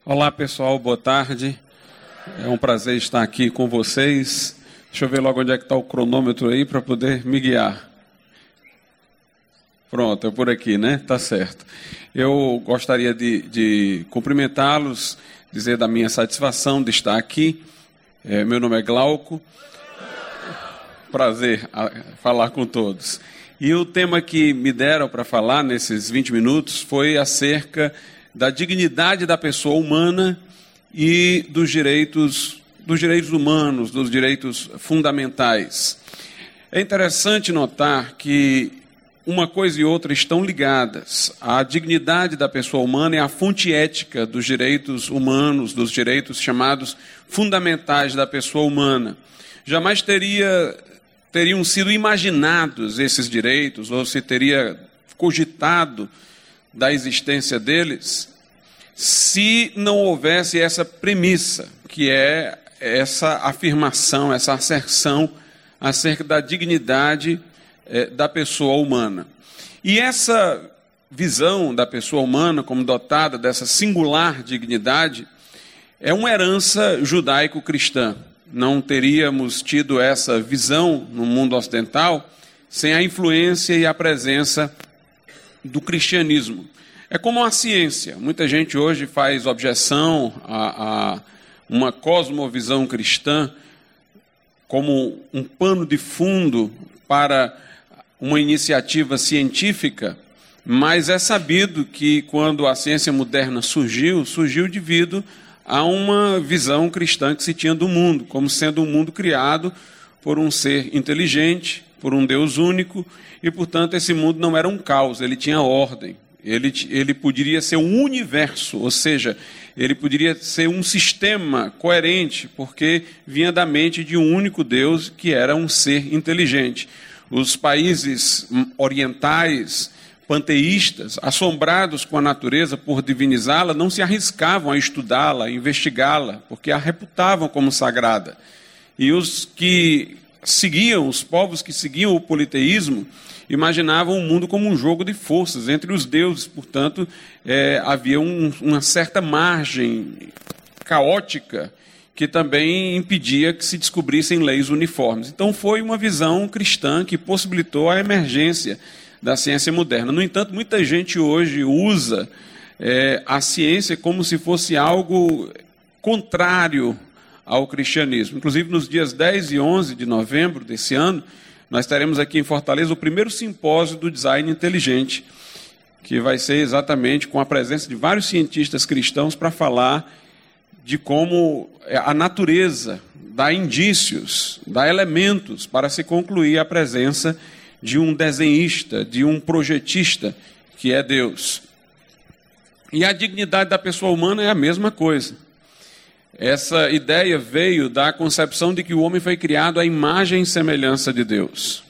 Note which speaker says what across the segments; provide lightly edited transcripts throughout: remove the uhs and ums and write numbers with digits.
Speaker 1: Olá pessoal, boa tarde. É um prazer estar aqui com vocês. Deixa eu ver logo onde é que está o cronômetro aí para poder me guiar. Pronto, é por aqui, né? Tá certo. Eu gostaria de cumprimentá-los, dizer da minha satisfação de estar aqui. Meu nome é Glauco. Prazer falar com todos. E o tema que me deram para falar nesses 20 minutos foi acerca da dignidade da pessoa humana e dos direitos humanos, dos direitos fundamentais. É interessante notar que uma coisa e outra estão ligadas. A dignidade da pessoa humana é a fonte ética dos direitos humanos, dos direitos chamados fundamentais da pessoa humana. Jamais teriam sido imaginados esses direitos, ou se teria cogitado da existência deles, se não houvesse essa premissa, que é essa afirmação, essa asserção acerca da dignidade da pessoa humana. E essa visão da pessoa humana como dotada dessa singular dignidade é uma herança judaico-cristã. Não teríamos tido essa visão no mundo ocidental sem a influência e a presença do cristianismo. É como a ciência. Muita gente hoje faz objeção a uma cosmovisão cristã como um pano de fundo para uma iniciativa científica, mas é sabido que quando a ciência moderna surgiu devido a uma visão cristã que se tinha do mundo, como sendo um mundo criado por um ser inteligente, por um Deus único, e, portanto, esse mundo não era um caos, ele tinha ordem. Ele poderia ser um universo, ou seja, ele poderia ser um sistema coerente, porque vinha da mente de um único Deus que era um ser inteligente. Os países orientais, panteístas, assombrados com a natureza por divinizá-la, não se arriscavam a estudá-la, a investigá-la, porque a reputavam como sagrada. E os povos que seguiam o politeísmo, imaginavam o mundo como um jogo de forças entre os deuses. Portanto, havia uma certa margem caótica que também impedia que se descobrissem leis uniformes. Então, foi uma visão cristã que possibilitou a emergência da ciência moderna. No entanto, muita gente hoje usa a ciência como se fosse algo contrário ao cristianismo. Inclusive, nos dias 10 e 11 de novembro desse ano, nós teremos aqui em Fortaleza o primeiro simpósio do design inteligente, que vai ser exatamente com a presença de vários cientistas cristãos para falar de como a natureza dá indícios, dá elementos para se concluir a presença de um desenhista, de um projetista, que é Deus. E a dignidade da pessoa humana é a mesma coisa. Essa ideia veio da concepção de que o homem foi criado à imagem e semelhança de Deus.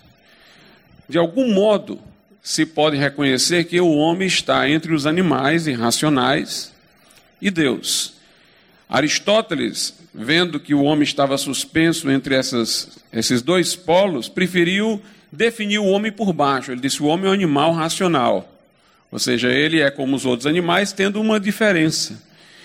Speaker 1: De algum modo, se pode reconhecer que o homem está entre os animais irracionais e Deus. Aristóteles, vendo que o homem estava suspenso entre esses dois polos, preferiu definir o homem por baixo. Ele disse: o homem é um animal racional. Ou seja, ele é como os outros animais, tendo uma diferença.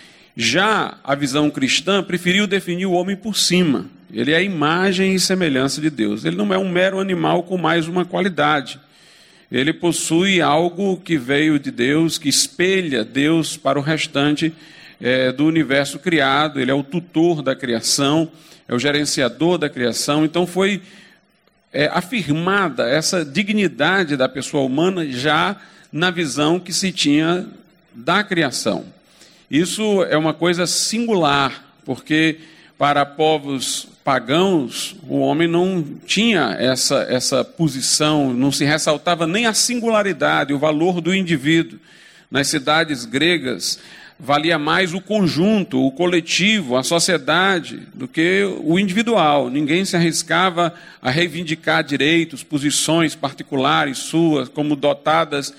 Speaker 1: Já a visão cristã preferiu definir o homem por cima. Ele é a imagem e semelhança de Deus. Ele não é um mero animal com mais uma qualidade. Ele possui algo que veio de Deus, que espelha Deus para o restante do universo criado. Ele é o tutor da criação, é o gerenciador da criação. Então foi afirmada essa dignidade da pessoa humana já na visão que se tinha da criação. Isso é uma coisa singular, porque para povos pagãos o homem não tinha essa posição, não se ressaltava nem a singularidade, o valor do indivíduo. Nas cidades gregas valia mais o conjunto, o coletivo, a sociedade, do que o individual. Ninguém se arriscava a reivindicar direitos, posições particulares suas, como dotadas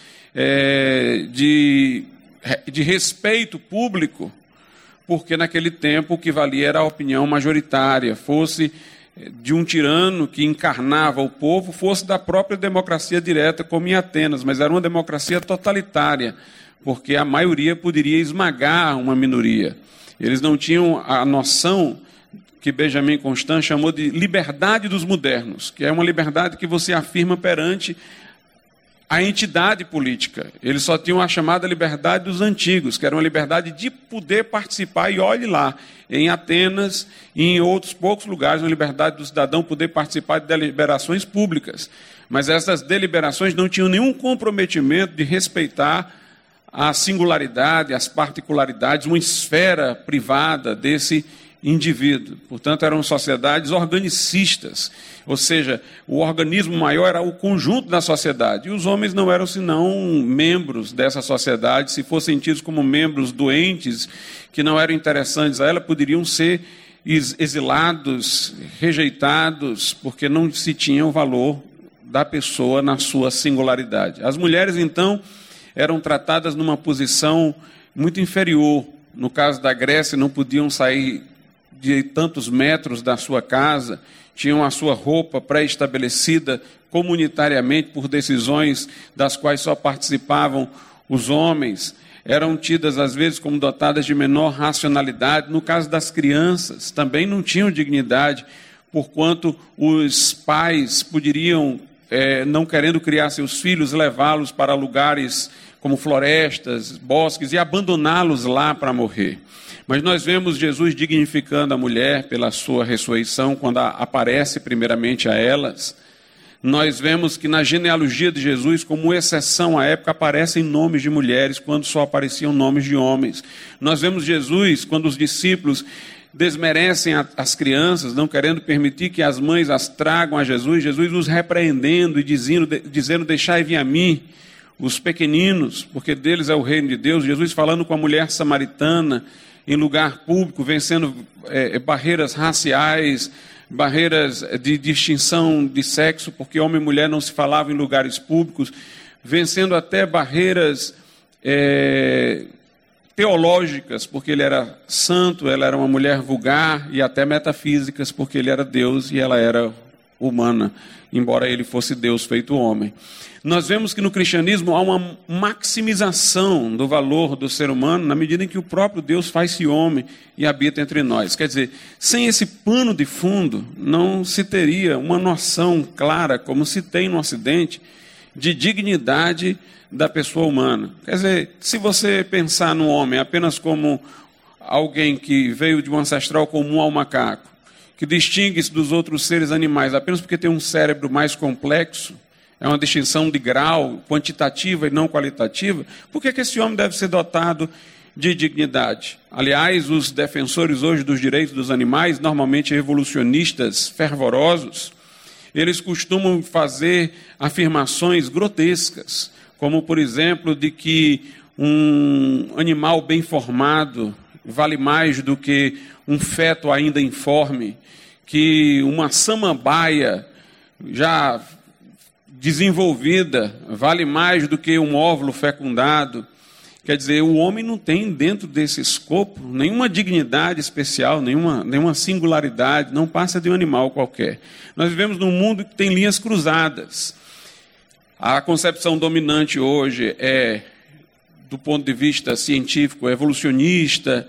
Speaker 1: de respeito público, porque naquele tempo o que valia era a opinião majoritária, fosse de um tirano que encarnava o povo, fosse da própria democracia direta, como em Atenas, mas era uma democracia totalitária, porque a maioria poderia esmagar uma minoria. Eles não tinham a noção que Benjamin Constant chamou de liberdade dos modernos, que é uma liberdade que você afirma perante a entidade política. Eles só tinham a chamada liberdade dos antigos, que era uma liberdade de poder participar, e olhe lá, em Atenas e em outros poucos lugares, uma liberdade do cidadão poder participar de deliberações públicas. Mas essas deliberações não tinham nenhum comprometimento de respeitar a singularidade, as particularidades, uma esfera privada desse indivíduo. Portanto, eram sociedades organicistas, ou seja, o organismo maior era o conjunto da sociedade, e os homens não eram senão membros dessa sociedade. Se fossem tidos como membros doentes, que não eram interessantes a ela, poderiam ser exilados, rejeitados, porque não se tinha o valor da pessoa na sua singularidade. As mulheres, então, eram tratadas numa posição muito inferior. No caso da Grécia, não podiam sair de tantos metros da sua casa, tinham a sua roupa pré-estabelecida comunitariamente por decisões das quais só participavam os homens, eram tidas às vezes como dotadas de menor racionalidade. No caso das crianças, também não tinham dignidade, porquanto os pais poderiam, não querendo criar seus filhos, levá-los para lugares como florestas, bosques, e abandoná-los lá para morrer. Mas nós vemos Jesus dignificando a mulher pela sua ressurreição, quando aparece primeiramente a elas. Nós vemos que na genealogia de Jesus, como exceção à época, aparecem nomes de mulheres, quando só apareciam nomes de homens. Nós vemos Jesus, quando os discípulos desmerecem as crianças, não querendo permitir que as mães as tragam a Jesus, Jesus os repreendendo e dizendo, deixai vir a mim os pequeninos, porque deles é o reino de Deus. Jesus falando com a mulher samaritana, em lugar público, vencendo barreiras raciais, barreiras de distinção de sexo, porque homem e mulher não se falavam em lugares públicos, vencendo até barreiras teológicas, porque ele era santo, ela era uma mulher vulgar, e até metafísicas, porque ele era Deus e ela era humana, embora ele fosse Deus feito homem. Nós vemos que no cristianismo há uma maximização do valor do ser humano na medida em que o próprio Deus faz-se homem e habita entre nós. Quer dizer, sem esse pano de fundo, não se teria uma noção clara, como se tem no Ocidente, de dignidade da pessoa humana. Quer dizer, se você pensar no homem apenas como alguém que veio de um ancestral comum ao macaco, que distingue-se dos outros seres animais apenas porque tem um cérebro mais complexo, é uma distinção de grau, quantitativa e não qualitativa, por que esse homem deve ser dotado de dignidade? Aliás, os defensores hoje dos direitos dos animais, normalmente evolucionistas fervorosos, eles costumam fazer afirmações grotescas, como, por exemplo, de que um animal bem formado vale mais do que um feto ainda informe, que uma samambaia já desenvolvida vale mais do que um óvulo fecundado. Quer dizer, o homem não tem dentro desse escopo nenhuma dignidade especial, nenhuma singularidade, não passa de um animal qualquer. Nós vivemos num mundo que tem linhas cruzadas. A concepção dominante hoje é, do ponto de vista científico, evolucionista,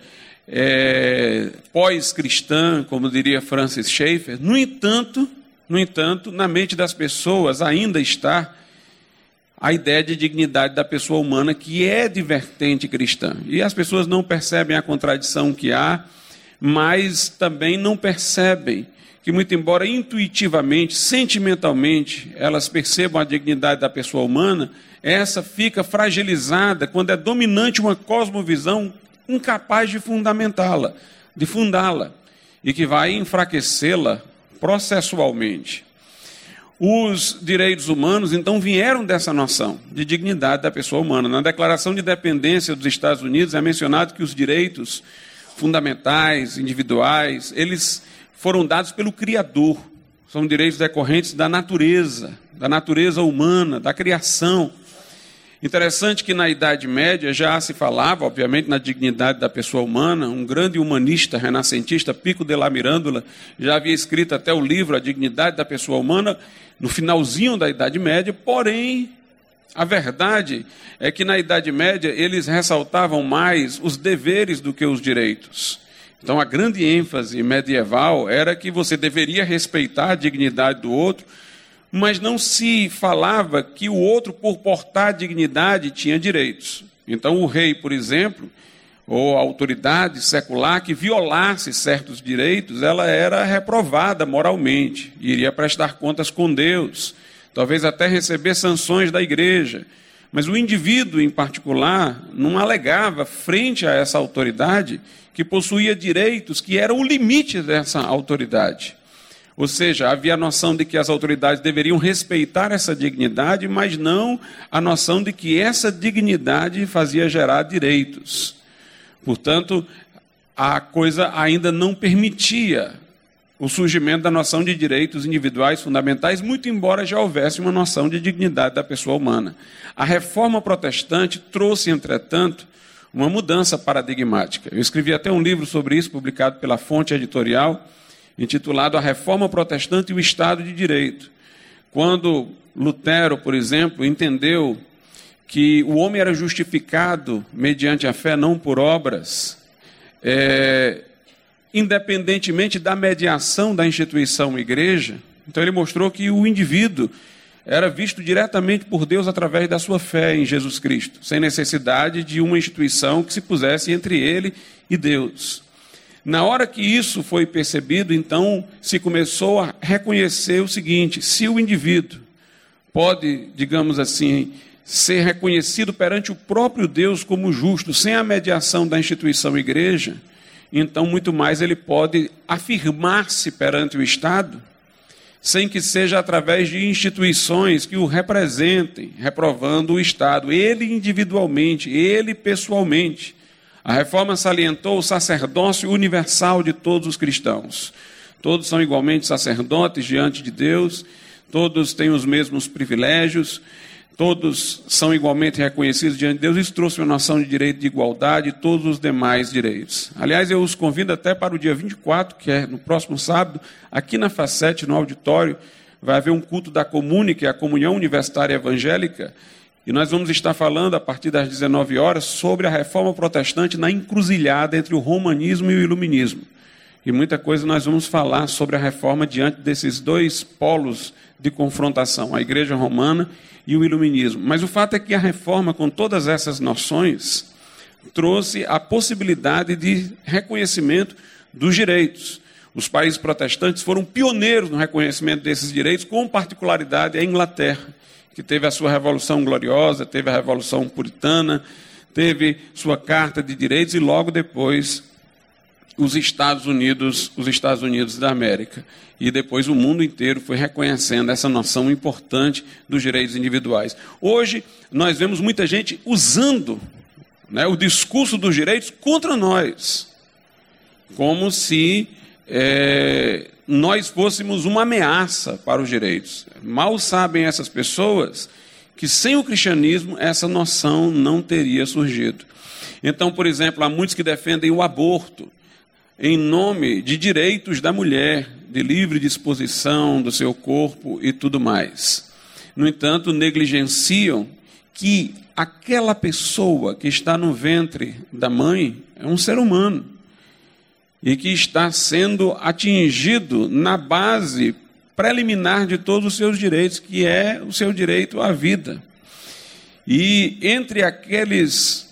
Speaker 1: pós-cristã, como diria Francis Schaeffer. No entanto, na mente das pessoas ainda está a ideia de dignidade da pessoa humana, que é de vertente cristã. E as pessoas não percebem a contradição que há, mas também não percebem que, muito embora intuitivamente, sentimentalmente, elas percebam a dignidade da pessoa humana, essa fica fragilizada quando é dominante uma cosmovisão incapaz de fundamentá-la, de fundá-la, e que vai enfraquecê-la processualmente. Os direitos humanos, então, vieram dessa noção de dignidade da pessoa humana. Na Declaração de Independência dos Estados Unidos é mencionado que os direitos fundamentais, individuais, eles foram dados pelo Criador. São direitos decorrentes da natureza humana, da criação. Interessante que na Idade Média já se falava, obviamente, na dignidade da pessoa humana. Um grande humanista renascentista, Pico della Mirandola, já havia escrito até o livro A Dignidade da Pessoa Humana, no finalzinho da Idade Média, porém, A verdade é que na Idade Média eles ressaltavam mais os deveres do que os direitos. Então a grande ênfase medieval era que você deveria respeitar a dignidade do outro, mas não se falava que o outro, por portar dignidade, tinha direitos. Então o rei, por exemplo, ou a autoridade secular que violasse certos direitos, ela era reprovada moralmente, iria prestar contas com Deus, talvez até receber sanções da igreja. Mas o indivíduo, em particular, não alegava frente a essa autoridade que possuía direitos que eram o limite dessa autoridade. Ou seja, havia a noção de que as autoridades deveriam respeitar essa dignidade, mas não a noção de que essa dignidade fazia gerar direitos. Portanto, a coisa ainda não permitia o surgimento da noção de direitos individuais fundamentais, muito embora já houvesse uma noção de dignidade da pessoa humana. A reforma protestante trouxe, entretanto, uma mudança paradigmática. Eu escrevi até um livro sobre isso, publicado pela Fonte Editorial, intitulado A Reforma Protestante e o Estado de Direito. Quando Lutero, por exemplo, entendeu que o homem era justificado mediante a fé, não por obras, independentemente da mediação da instituição igreja, então ele mostrou que o indivíduo era visto diretamente por Deus através da sua fé em Jesus Cristo, sem necessidade de uma instituição que se pusesse entre ele e Deus. Na hora que isso foi percebido, então se começou a reconhecer o seguinte: se o indivíduo pode, digamos assim, ser reconhecido perante o próprio Deus como justo, sem a mediação da instituição igreja, então muito mais ele pode afirmar-se perante o Estado, sem que seja através de instituições que o representem, reprovando o Estado, ele individualmente, ele pessoalmente. A reforma salientou o sacerdócio universal de todos os cristãos. Todos são igualmente sacerdotes diante de Deus, todos têm os mesmos privilégios, todos são igualmente reconhecidos diante de Deus. Isso trouxe uma noção de direito de igualdade e todos os demais direitos. Aliás, eu os convido até para o dia 24, que é no próximo sábado, aqui na Facete, no auditório, vai haver um culto da Comune, que é a Comunhão Universitária Evangélica, e nós vamos estar falando, a partir das 19 horas, sobre a reforma protestante na encruzilhada entre o romanismo e o iluminismo. E muita coisa nós vamos falar sobre a reforma diante desses dois polos de confrontação, a Igreja Romana e o iluminismo. Mas o fato é que a reforma, com todas essas noções, trouxe a possibilidade de reconhecimento dos direitos. Os países protestantes foram pioneiros no reconhecimento desses direitos, com particularidade a Inglaterra, que teve a sua Revolução Gloriosa, teve a Revolução Puritana, teve sua Carta de Direitos e logo depois os Estados Unidos da América. E depois o mundo inteiro foi reconhecendo essa noção importante dos direitos individuais. Hoje nós vemos muita gente usando, o discurso dos direitos contra nós, como se nós fôssemos uma ameaça para os direitos. Mal sabem essas pessoas que sem o cristianismo essa noção não teria surgido. Então, por exemplo, há muitos que defendem o aborto em nome de direitos da mulher, de livre disposição do seu corpo e tudo mais. No entanto, negligenciam que aquela pessoa que está no ventre da mãe é um ser humano e que está sendo atingido na base preliminar de todos os seus direitos, que é o seu direito à vida. E entre aqueles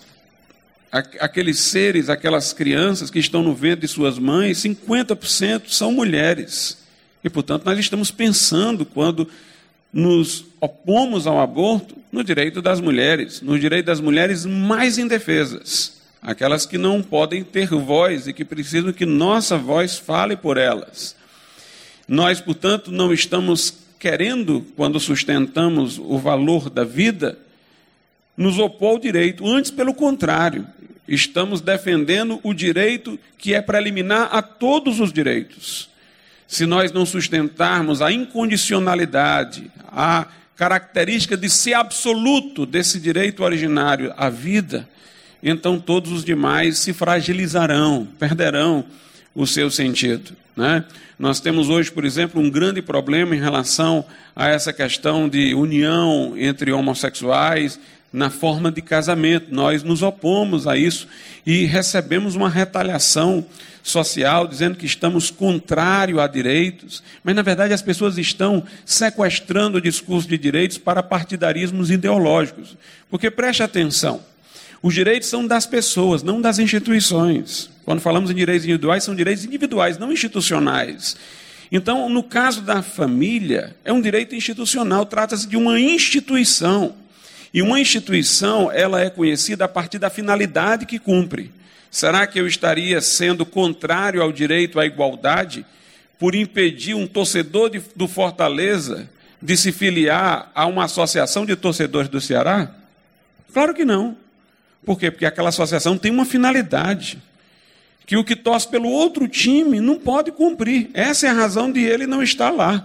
Speaker 1: seres, aquelas crianças que estão no ventre de suas mães, 50% são mulheres. E, portanto, nós estamos pensando, quando nos opomos ao aborto, no direito das mulheres, no direito das mulheres mais indefesas, aquelas que não podem ter voz e que precisam que nossa voz fale por elas. Nós, portanto, não estamos querendo, quando sustentamos o valor da vida, nos opor ao direito. Antes, pelo contrário, estamos defendendo o direito que é preliminar a todos os direitos. Se nós não sustentarmos a incondicionalidade, a característica de ser absoluto desse direito originário à vida, então todos os demais se fragilizarão, perderão o seu sentido, né? Nós temos hoje, por exemplo, um grande problema em relação a essa questão de união entre homossexuais na forma de casamento. Nós nos opomos a isso e recebemos uma retaliação social dizendo que estamos contrários a direitos, mas na verdade as pessoas estão sequestrando o discurso de direitos para partidarismos ideológicos. Porque preste atenção, os direitos são das pessoas, não das instituições. Quando falamos em direitos individuais, são direitos individuais, não institucionais. Então, no caso da família, é um direito institucional, trata-se de uma instituição. E uma instituição, ela é conhecida a partir da finalidade que cumpre. Será que eu estaria sendo contrário ao direito à igualdade por impedir um torcedor do Fortaleza de se filiar a uma associação de torcedores do Ceará? Claro que não. Por quê? Porque aquela associação tem uma finalidade que o que torce pelo outro time não pode cumprir. Essa é a razão de ele não estar lá.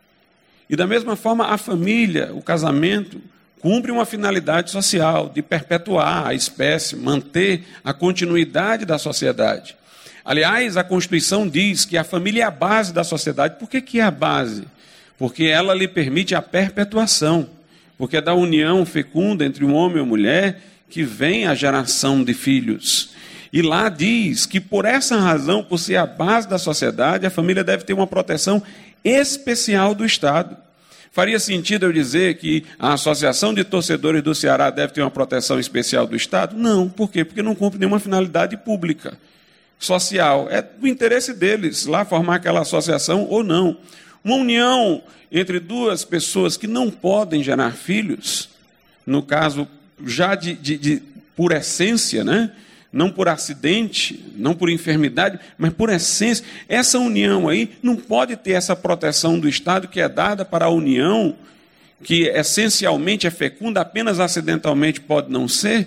Speaker 1: E da mesma forma, a família, o casamento, cumpre uma finalidade social de perpetuar a espécie, manter a continuidade da sociedade. Aliás, a Constituição diz que a família é a base da sociedade. Por que é a base? Porque ela lhe permite a perpetuação. Porque é da união fecunda entre um homem e uma mulher que vem a geração de filhos. E lá diz que por essa razão, por ser a base da sociedade, a família deve ter uma proteção especial do Estado. Faria sentido eu dizer que a Associação de Torcedores do Ceará deve ter uma proteção especial do Estado? Não. Por quê? Porque não cumpre nenhuma finalidade pública, social. É do interesse deles lá formar aquela associação ou não. Uma união entre duas pessoas que não podem gerar filhos, no caso já por essência, né? Não por acidente, não por enfermidade, mas por essência. Essa união aí não pode ter essa proteção do Estado que é dada para a união, que essencialmente é fecunda, apenas acidentalmente pode não ser,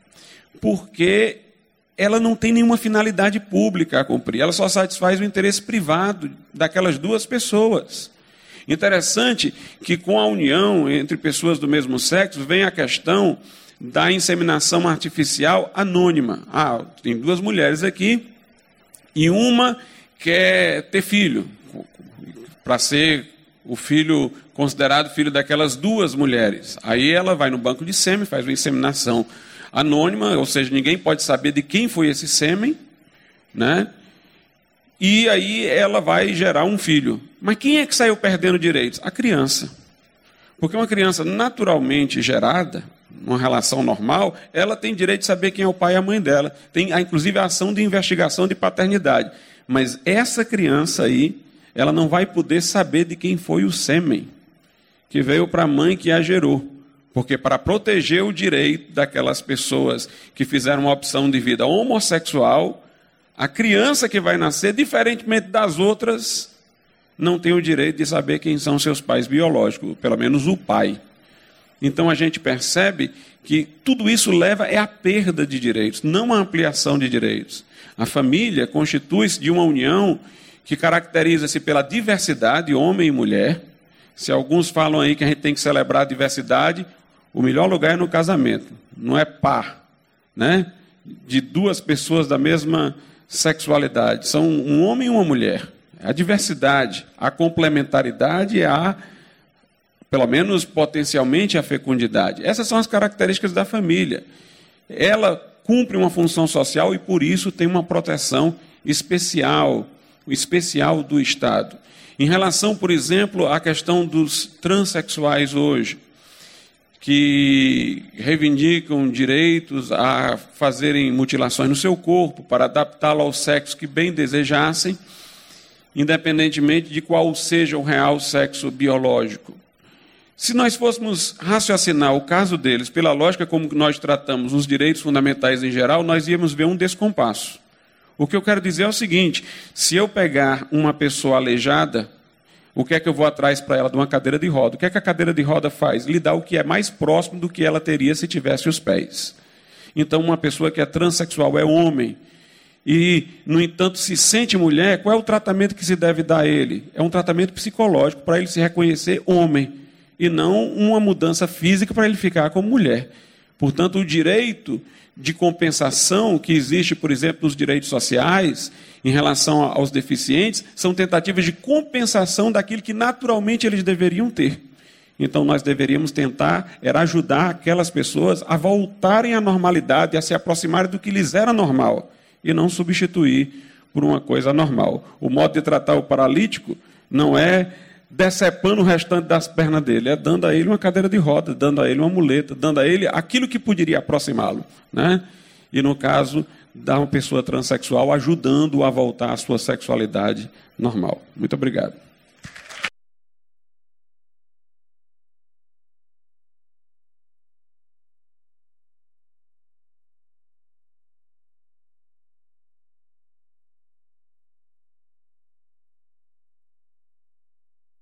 Speaker 1: porque ela não tem nenhuma finalidade pública a cumprir, ela só satisfaz o interesse privado daquelas duas pessoas. Interessante que com a união entre pessoas do mesmo sexo vem a questão da inseminação artificial anônima. Tem duas mulheres aqui e uma quer ter filho, para ser o filho considerado filho daquelas duas mulheres. Aí ela vai no banco de sêmen, faz uma inseminação anônima, ou seja, ninguém pode saber de quem foi esse sêmen, né? E aí ela vai gerar um filho. Mas quem é que saiu perdendo direitos? A criança. Porque uma criança naturalmente gerada, numa relação normal, ela tem direito de saber quem é o pai e a mãe dela. Tem, inclusive, a ação de investigação de paternidade. Mas essa criança aí, ela não vai poder saber de quem foi o sêmen que veio para a mãe que a gerou. Porque para proteger o direito daquelas pessoas que fizeram uma opção de vida homossexual, a criança que vai nascer, diferentemente das outras, não tem o direito de saber quem são seus pais biológicos, pelo menos o pai. Então a gente percebe que tudo isso leva à perda de direitos, não à ampliação de direitos. A família constitui-se de uma união que caracteriza-se pela diversidade, homem e mulher. Se alguns falam aí que a gente tem que celebrar a diversidade, o melhor lugar é no casamento, não é par, né? De duas pessoas da mesma sexualidade, são um homem e uma mulher. A diversidade, a complementaridade e pelo menos potencialmente, a fecundidade. Essas são as características da família. Ela cumpre uma função social e, por isso, tem uma proteção especial do Estado. Em relação, por exemplo, à questão dos transexuais hoje, que reivindicam direitos a fazerem mutilações no seu corpo para adaptá-lo ao sexo que bem desejassem, independentemente de qual seja o real sexo biológico. Se nós fôssemos raciocinar o caso deles pela lógica como nós tratamos os direitos fundamentais em geral, nós íamos ver um descompasso. O que eu quero dizer é o seguinte: se eu pegar uma pessoa aleijada, o que é que eu vou atrás para ela de uma cadeira de roda? O que é que a cadeira de roda faz? Lhe dá o que é mais próximo do que ela teria se tivesse os pés. Então, uma pessoa que é transexual é homem e, no entanto, se sente mulher, qual é o tratamento que se deve dar a ele? É um tratamento psicológico para ele se reconhecer homem e não uma mudança física para ele ficar como mulher. Portanto, o direito de compensação que existe, por exemplo, nos direitos sociais, em relação aos deficientes, são tentativas de compensação daquilo que naturalmente eles deveriam ter. Então, nós deveríamos tentar ajudar aquelas pessoas a voltarem à normalidade, a se aproximarem do que lhes era normal, e não substituir por uma coisa anormal. O modo de tratar o paralítico não é decepando o restante das pernas dele, é dando a ele uma cadeira de roda, dando a ele uma muleta, dando a ele aquilo que poderia aproximá-lo, né? E, no caso da uma pessoa transexual, ajudando-o a voltar à sua sexualidade normal. Muito obrigado.